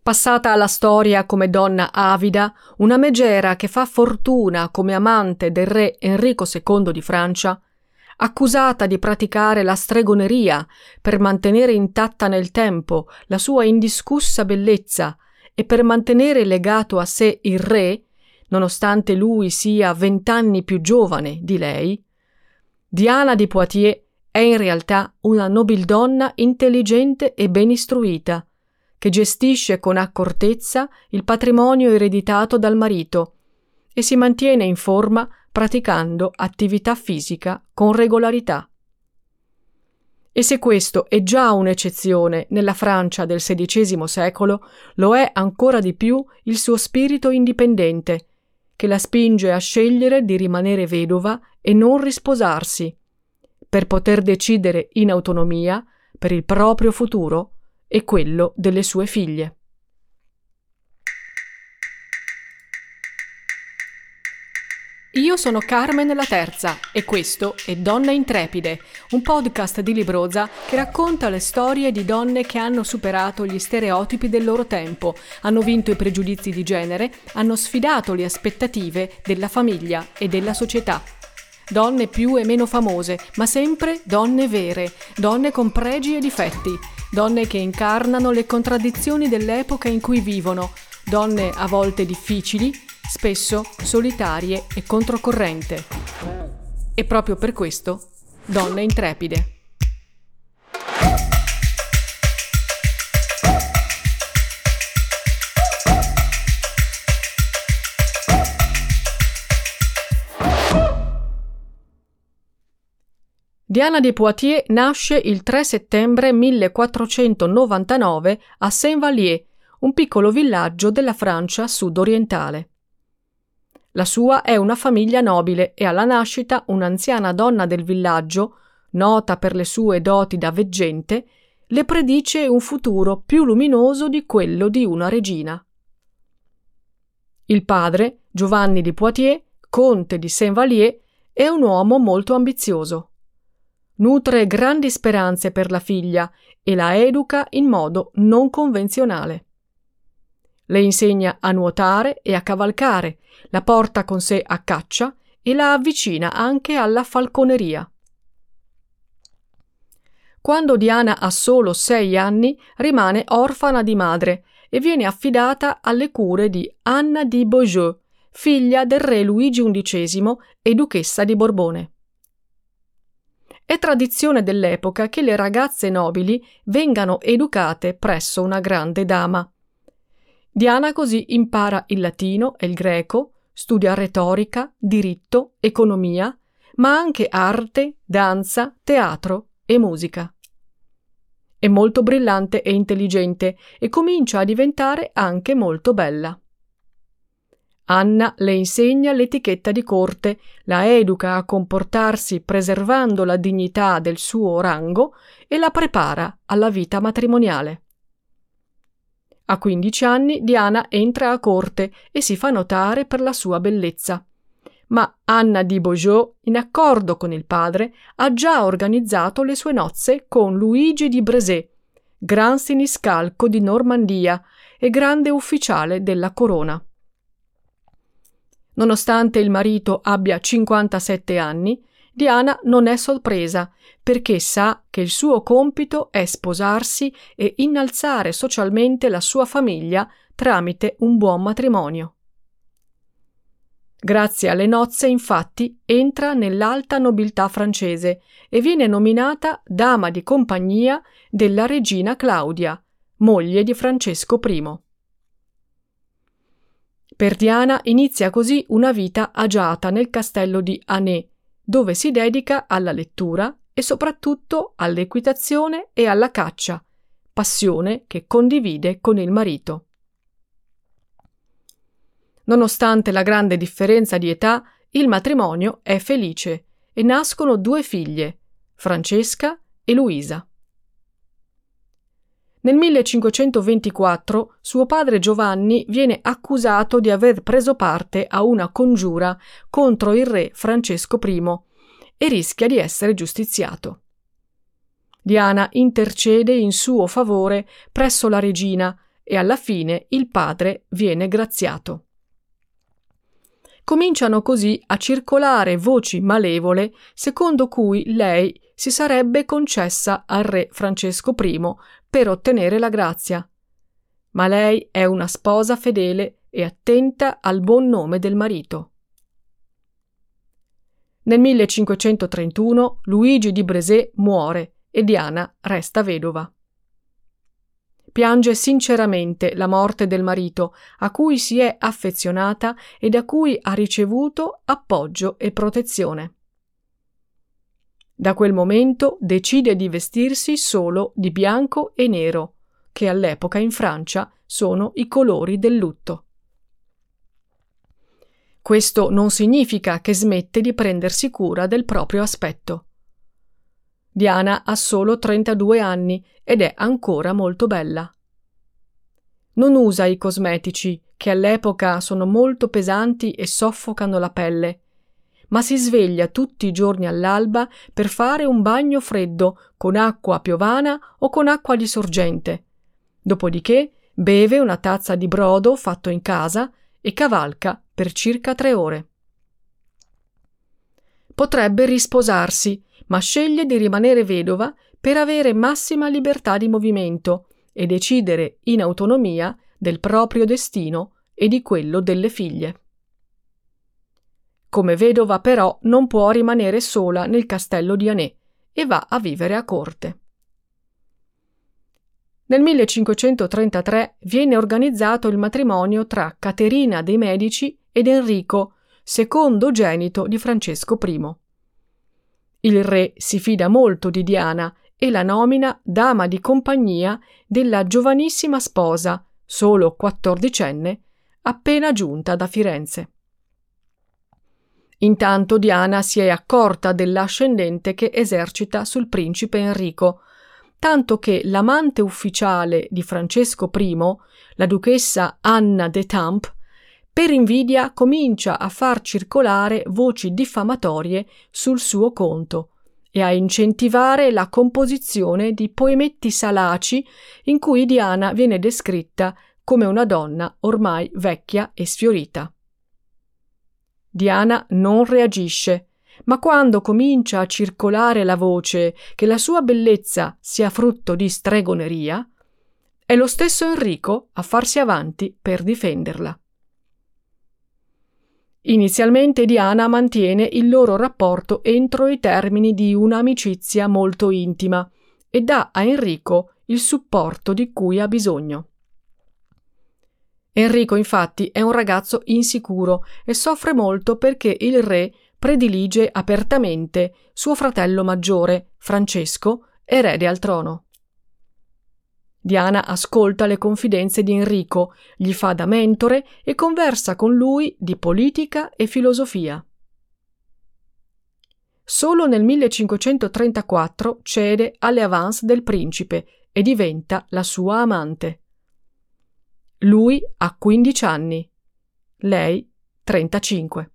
Passata alla storia come donna avida, una megera che fa fortuna come amante del re Enrico II di Francia, accusata di praticare la stregoneria per mantenere intatta nel tempo la sua indiscussa bellezza e per mantenere legato a sé il re, nonostante lui sia 20 anni più giovane di lei, Diana di Poitiers è in realtà una nobildonna intelligente e ben istruita, che gestisce con accortezza il patrimonio ereditato dal marito e si mantiene in forma praticando attività fisica con regolarità. E se questo è già un'eccezione nella Francia del XVI secolo, lo è ancora di più il suo spirito indipendente, che la spinge a scegliere di rimanere vedova e non risposarsi, per poter decidere in autonomia per il proprio futuro e quello delle sue figlie. Io sono Carmen la Terza e questo è Donne Intrepide, un podcast di Libroza che racconta le storie di donne che hanno superato gli stereotipi del loro tempo, hanno vinto i pregiudizi di genere, hanno sfidato le aspettative della famiglia e della società. Donne più e meno famose, ma sempre donne vere, donne con pregi e difetti, donne che incarnano le contraddizioni dell'epoca in cui vivono, donne a volte difficili, spesso solitarie e controcorrente. E proprio per questo, Donne Intrepide. Diana di Poitiers nasce il 3 settembre 1499 a Saint-Vallier, un piccolo villaggio della Francia sud-orientale. La sua è una famiglia nobile e alla nascita un'anziana donna del villaggio, nota per le sue doti da veggente, le predice un futuro più luminoso di quello di una regina. Il padre, Giovanni di Poitiers, conte di Saint-Vallier, è un uomo molto ambizioso. Nutre grandi speranze per la figlia e la educa in modo non convenzionale. Le insegna a nuotare e a cavalcare, la porta con sé a caccia e la avvicina anche alla falconeria. Quando Diana ha solo 6 anni, rimane orfana di madre e viene affidata alle cure di Anna di Beaujeu, figlia del re Luigi XI e duchessa di Borbone. È tradizione dell'epoca che le ragazze nobili vengano educate presso una grande dama. Diana così impara il latino e il greco, studia retorica, diritto, economia, ma anche arte, danza, teatro e musica. È molto brillante e intelligente e comincia a diventare anche molto bella. Anna le insegna l'etichetta di corte, la educa a comportarsi preservando la dignità del suo rango e la prepara alla vita matrimoniale. A 15 anni Diana entra a corte e si fa notare per la sua bellezza. Ma Anna di Beaujeu, in accordo con il padre, ha già organizzato le sue nozze con Luigi di Brézé, gran siniscalco di Normandia e grande ufficiale della corona. Nonostante il marito abbia 57 anni, Diana non è sorpresa perché sa che il suo compito è sposarsi e innalzare socialmente la sua famiglia tramite un buon matrimonio. Grazie alle nozze, infatti, entra nell'alta nobiltà francese e viene nominata dama di compagnia della regina Claudia, moglie di Francesco I. Per Diana inizia così una vita agiata nel castello di Anet, dove si dedica alla lettura e soprattutto all'equitazione e alla caccia, passione che condivide con il marito. Nonostante la grande differenza di età, il matrimonio è felice e nascono 2 figlie, Francesca e Luisa. Nel 1524 suo padre Giovanni viene accusato di aver preso parte a una congiura contro il re Francesco I e rischia di essere giustiziato. Diana intercede in suo favore presso la regina e alla fine il padre viene graziato. Cominciano così a circolare voci malevole secondo cui lei si sarebbe concessa al re Francesco I per ottenere la grazia. Ma lei è una sposa fedele e attenta al buon nome del marito. Nel 1531 Luigi di Bresé muore e Diana resta vedova. Piange sinceramente la morte del marito, a cui si è affezionata e da cui ha ricevuto appoggio e protezione. Da quel momento decide di vestirsi solo di bianco e nero, che all'epoca in Francia sono i colori del lutto. Questo non significa che smette di prendersi cura del proprio aspetto. Diana ha solo 32 anni ed è ancora molto bella. Non usa i cosmetici, che all'epoca sono molto pesanti e soffocano la pelle, ma si sveglia tutti i giorni all'alba per fare un bagno freddo con acqua piovana o con acqua di sorgente. Dopodiché beve una tazza di brodo fatto in casa e cavalca per circa 3 ore. Potrebbe risposarsi, ma sceglie di rimanere vedova per avere massima libertà di movimento e decidere in autonomia del proprio destino e di quello delle figlie. Come vedova però non può rimanere sola nel castello di Annet e va a vivere a corte. Nel 1533 viene organizzato il matrimonio tra Caterina dei Medici ed Enrico, secondogenito di Francesco I. Il re si fida molto di Diana e la nomina dama di compagnia della giovanissima sposa, solo 14enne, appena giunta da Firenze. Intanto Diana si è accorta dell'ascendente che esercita sul principe Enrico, tanto che l'amante ufficiale di Francesco I, la duchessa Anna d'Etampes, per invidia comincia a far circolare voci diffamatorie sul suo conto e a incentivare la composizione di poemetti salaci in cui Diana viene descritta come una donna ormai vecchia e sfiorita. Diana non reagisce, ma quando comincia a circolare la voce che la sua bellezza sia frutto di stregoneria, è lo stesso Enrico a farsi avanti per difenderla. Inizialmente Diana mantiene il loro rapporto entro i termini di un'amicizia molto intima e dà a Enrico il supporto di cui ha bisogno. Enrico infatti è un ragazzo insicuro e soffre molto perché il re predilige apertamente suo fratello maggiore, Francesco, erede al trono. Diana ascolta le confidenze di Enrico, gli fa da mentore e conversa con lui di politica e filosofia. Solo nel 1534 cede alle avance del principe e diventa la sua amante. Lui ha 15 anni, lei 35.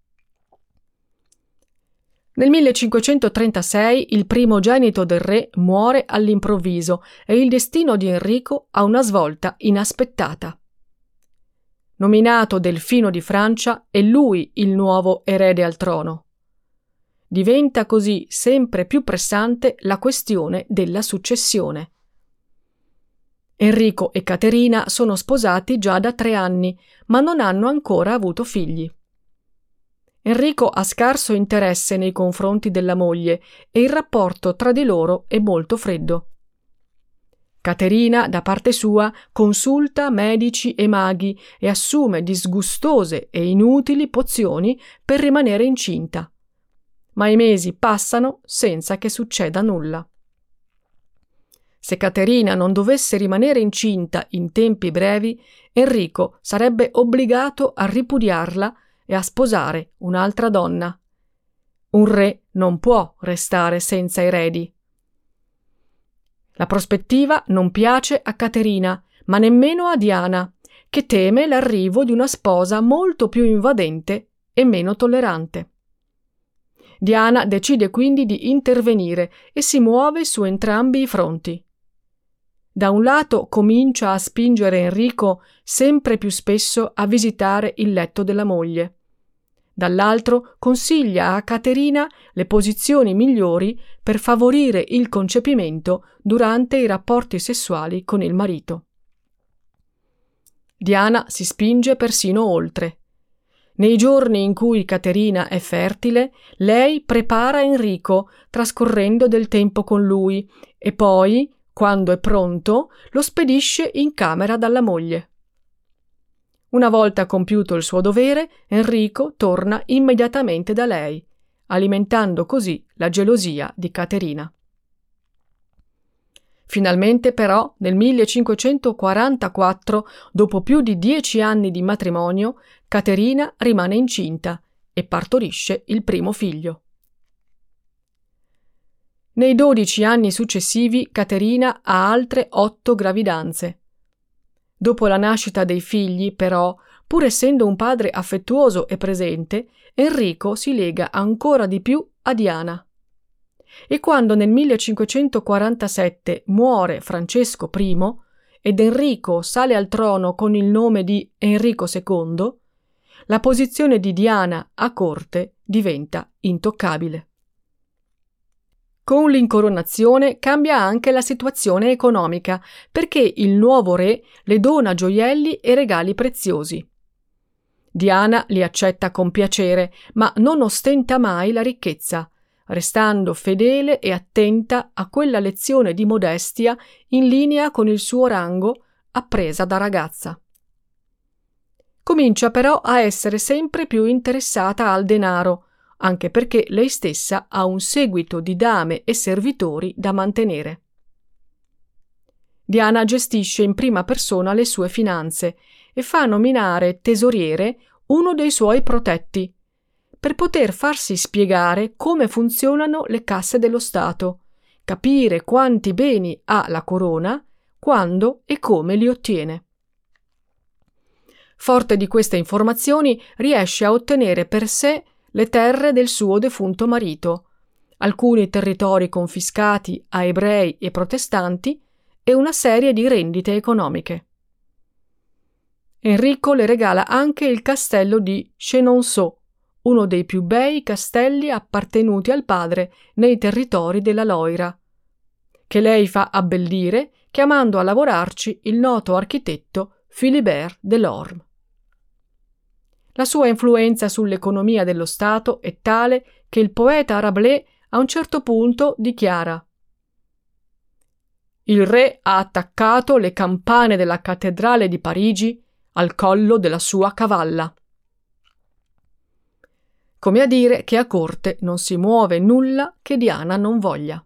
Nel 1536 il primogenito del re muore all'improvviso e il destino di Enrico ha una svolta inaspettata. Nominato Delfino di Francia, è lui il nuovo erede al trono. Diventa così sempre più pressante la questione della successione. Enrico e Caterina sono sposati già da 3 anni, ma non hanno ancora avuto figli. Enrico ha scarso interesse nei confronti della moglie e il rapporto tra di loro è molto freddo. Caterina, da parte sua, consulta medici e maghi e assume disgustose e inutili pozioni per rimanere incinta. Ma i mesi passano senza che succeda nulla. Se Caterina non dovesse rimanere incinta in tempi brevi, Enrico sarebbe obbligato a ripudiarla e a sposare un'altra donna. Un re non può restare senza eredi. La prospettiva non piace a Caterina, ma nemmeno a Diana, che teme l'arrivo di una sposa molto più invadente e meno tollerante. Diana decide quindi di intervenire e si muove su entrambi i fronti. Da un lato comincia a spingere Enrico sempre più spesso a visitare il letto della moglie. Dall'altro consiglia a Caterina le posizioni migliori per favorire il concepimento durante i rapporti sessuali con il marito. Diana si spinge persino oltre. Nei giorni in cui Caterina è fertile, lei prepara Enrico, trascorrendo del tempo con lui, e poi, quando è pronto, lo spedisce in camera dalla moglie. Una volta compiuto il suo dovere, Enrico torna immediatamente da lei, alimentando così la gelosia di Caterina. Finalmente però, nel 1544, dopo più di 10 anni di matrimonio, Caterina rimane incinta e partorisce il primo figlio. Nei 12 anni successivi Caterina ha altre 8 gravidanze. Dopo la nascita dei figli, però, pur essendo un padre affettuoso e presente, Enrico si lega ancora di più a Diana. E quando nel 1547 muore Francesco I ed Enrico sale al trono con il nome di Enrico II, la posizione di Diana a corte diventa intoccabile. Con l'incoronazione cambia anche la situazione economica, perché il nuovo re le dona gioielli e regali preziosi. Diana li accetta con piacere, ma non ostenta mai la ricchezza, restando fedele e attenta a quella lezione di modestia in linea con il suo rango appresa da ragazza. Comincia però a essere sempre più interessata al denaro, anche perché lei stessa ha un seguito di dame e servitori da mantenere. Diana gestisce in prima persona le sue finanze e fa nominare tesoriere uno dei suoi protetti, per poter farsi spiegare come funzionano le casse dello Stato, capire quanti beni ha la corona, quando e come li ottiene. Forte di queste informazioni, riesce a ottenere per sé le terre del suo defunto marito, alcuni territori confiscati a ebrei e protestanti e una serie di rendite economiche. Enrico le regala anche il castello di Chenonceau, uno dei più bei castelli appartenuti al padre nei territori della Loira, che lei fa abbellire chiamando a lavorarci il noto architetto Philibert Delorme. La sua influenza sull'economia dello Stato è tale che il poeta Rabelais a un certo punto dichiara: «Il re ha attaccato le campane della cattedrale di Parigi al collo della sua cavalla». Come a dire che a corte non si muove nulla che Diana non voglia.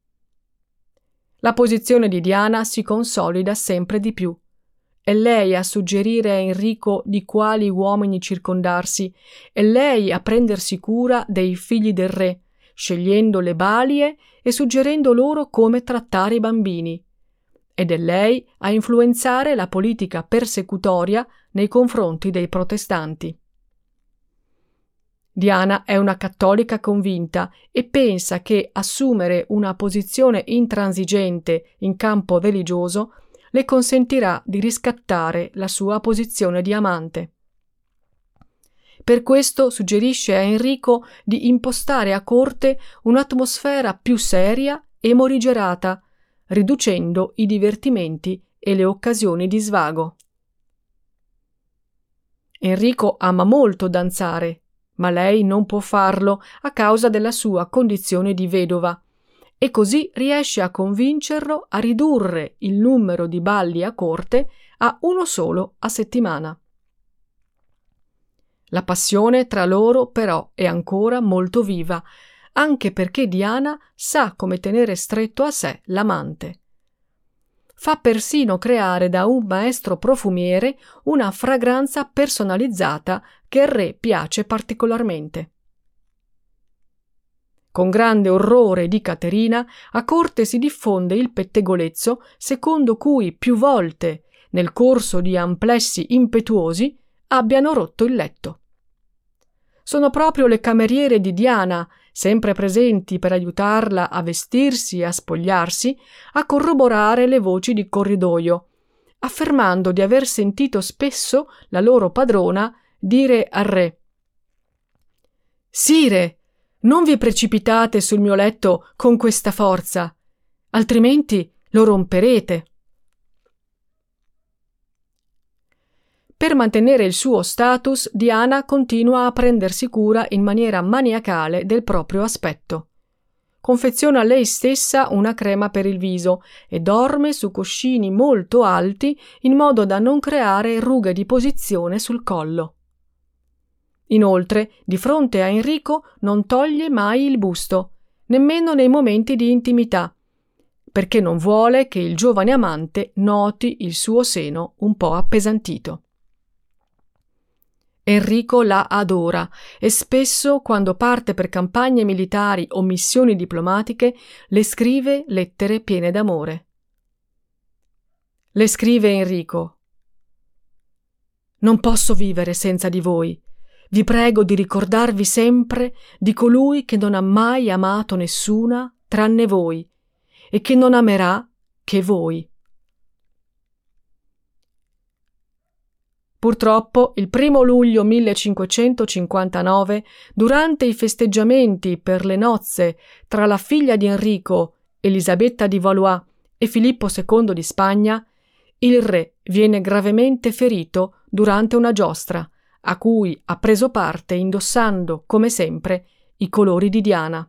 La posizione di Diana si consolida sempre di più. È lei a suggerire a Enrico di quali uomini circondarsi, è lei a prendersi cura dei figli del re, scegliendo le balie e suggerendo loro come trattare i bambini. Ed è lei a influenzare la politica persecutoria nei confronti dei protestanti. Diana è una cattolica convinta e pensa che assumere una posizione intransigente in campo religioso le consentirà di riscattare la sua posizione di amante. Per questo suggerisce a Enrico di impostare a corte un'atmosfera più seria e morigerata, riducendo i divertimenti e le occasioni di svago. Enrico ama molto danzare, ma lei non può farlo a causa della sua condizione di vedova, e così riesce a convincerlo a ridurre il numero di balli a corte a uno solo a settimana. La passione tra loro però è ancora molto viva, anche perché Diana sa come tenere stretto a sé l'amante. Fa persino creare da un maestro profumiere una fragranza personalizzata che al re piace particolarmente. Con grande orrore di Caterina, a corte si diffonde il pettegolezzo secondo cui più volte, nel corso di amplessi impetuosi, abbiano rotto il letto. Sono proprio le cameriere di Diana, sempre presenti per aiutarla a vestirsi e a spogliarsi, a corroborare le voci di corridoio, affermando di aver sentito spesso la loro padrona dire al re: «Sire, non vi precipitate sul mio letto con questa forza, altrimenti lo romperete». Per mantenere il suo status, Diana continua a prendersi cura in maniera maniacale del proprio aspetto. Confeziona lei stessa una crema per il viso e dorme su cuscini molto alti in modo da non creare rughe di posizione sul collo. Inoltre, di fronte a Enrico non toglie mai il busto, nemmeno nei momenti di intimità, perché non vuole che il giovane amante noti il suo seno un po' appesantito. Enrico la adora e spesso, quando parte per campagne militari o missioni diplomatiche, le scrive lettere piene d'amore. Le scrive Enrico: «Non posso vivere senza di voi. Vi prego di ricordarvi sempre di colui che non ha mai amato nessuna tranne voi e che non amerà che voi». Purtroppo, il 1 luglio 1559, durante i festeggiamenti per le nozze tra la figlia di Enrico, Elisabetta di Valois, e Filippo II di Spagna, il re viene gravemente ferito durante una giostra, a cui ha preso parte indossando, come sempre, i colori di Diana.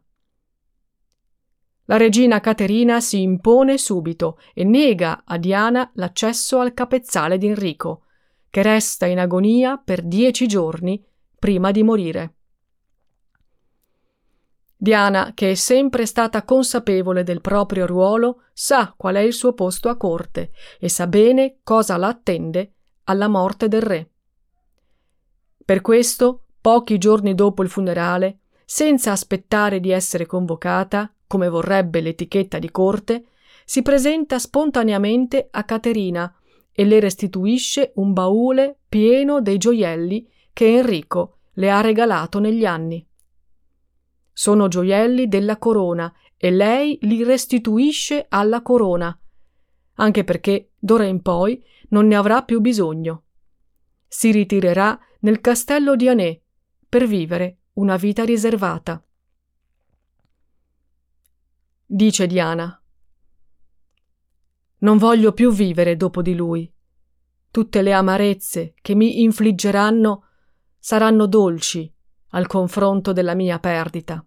La regina Caterina si impone subito e nega a Diana l'accesso al capezzale di Enrico, che resta in agonia per 10 giorni prima di morire. Diana, che è sempre stata consapevole del proprio ruolo, sa qual è il suo posto a corte e sa bene cosa la attende alla morte del re. Per questo, pochi giorni dopo il funerale, senza aspettare di essere convocata, come vorrebbe l'etichetta di corte, si presenta spontaneamente a Caterina e le restituisce un baule pieno dei gioielli che Enrico le ha regalato negli anni. Sono gioielli della corona e lei li restituisce alla corona, anche perché d'ora in poi non ne avrà più bisogno. Si ritirerà nel castello di Anet per vivere una vita riservata. Dice Diana: «Non voglio più vivere dopo di lui. Tutte le amarezze che mi infliggeranno saranno dolci al confronto della mia perdita».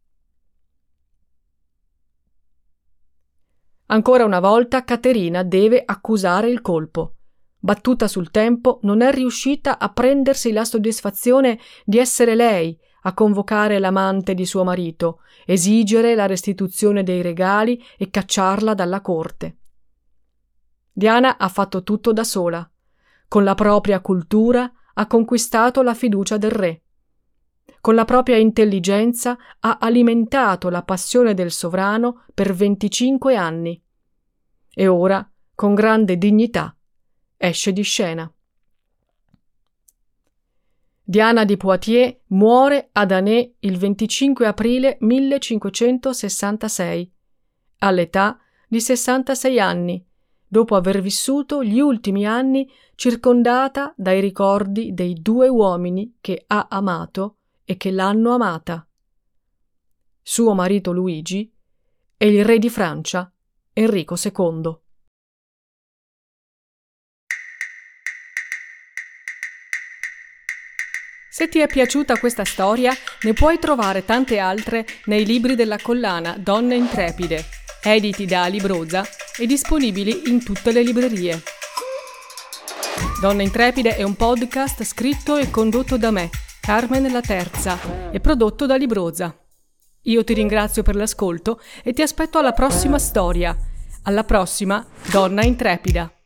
Ancora una volta Caterina deve accusare il colpo. Battuta sul tempo, non è riuscita a prendersi la soddisfazione di essere lei a convocare l'amante di suo marito, esigere la restituzione dei regali e cacciarla dalla corte. Diana ha fatto tutto da sola. Con la propria cultura ha conquistato la fiducia del re. Con la propria intelligenza ha alimentato la passione del sovrano per 25 anni. E ora, con grande dignità, esce di scena. Diana di Poitiers muore ad Anet il 25 aprile 1566, all'età di 66 anni, dopo aver vissuto gli ultimi anni circondata dai ricordi dei 2 uomini che ha amato e che l'hanno amata: suo marito Luigi e il re di Francia, Enrico II. Se ti è piaciuta questa storia, ne puoi trovare tante altre nei libri della collana Donne Intrepide, editi da Libroza e disponibili in tutte le librerie. Donne Intrepide è un podcast scritto e condotto da me, Carmen La Terza, e prodotto da Libroza. Io ti ringrazio per l'ascolto e ti aspetto alla prossima storia. Alla prossima, Donna Intrepida!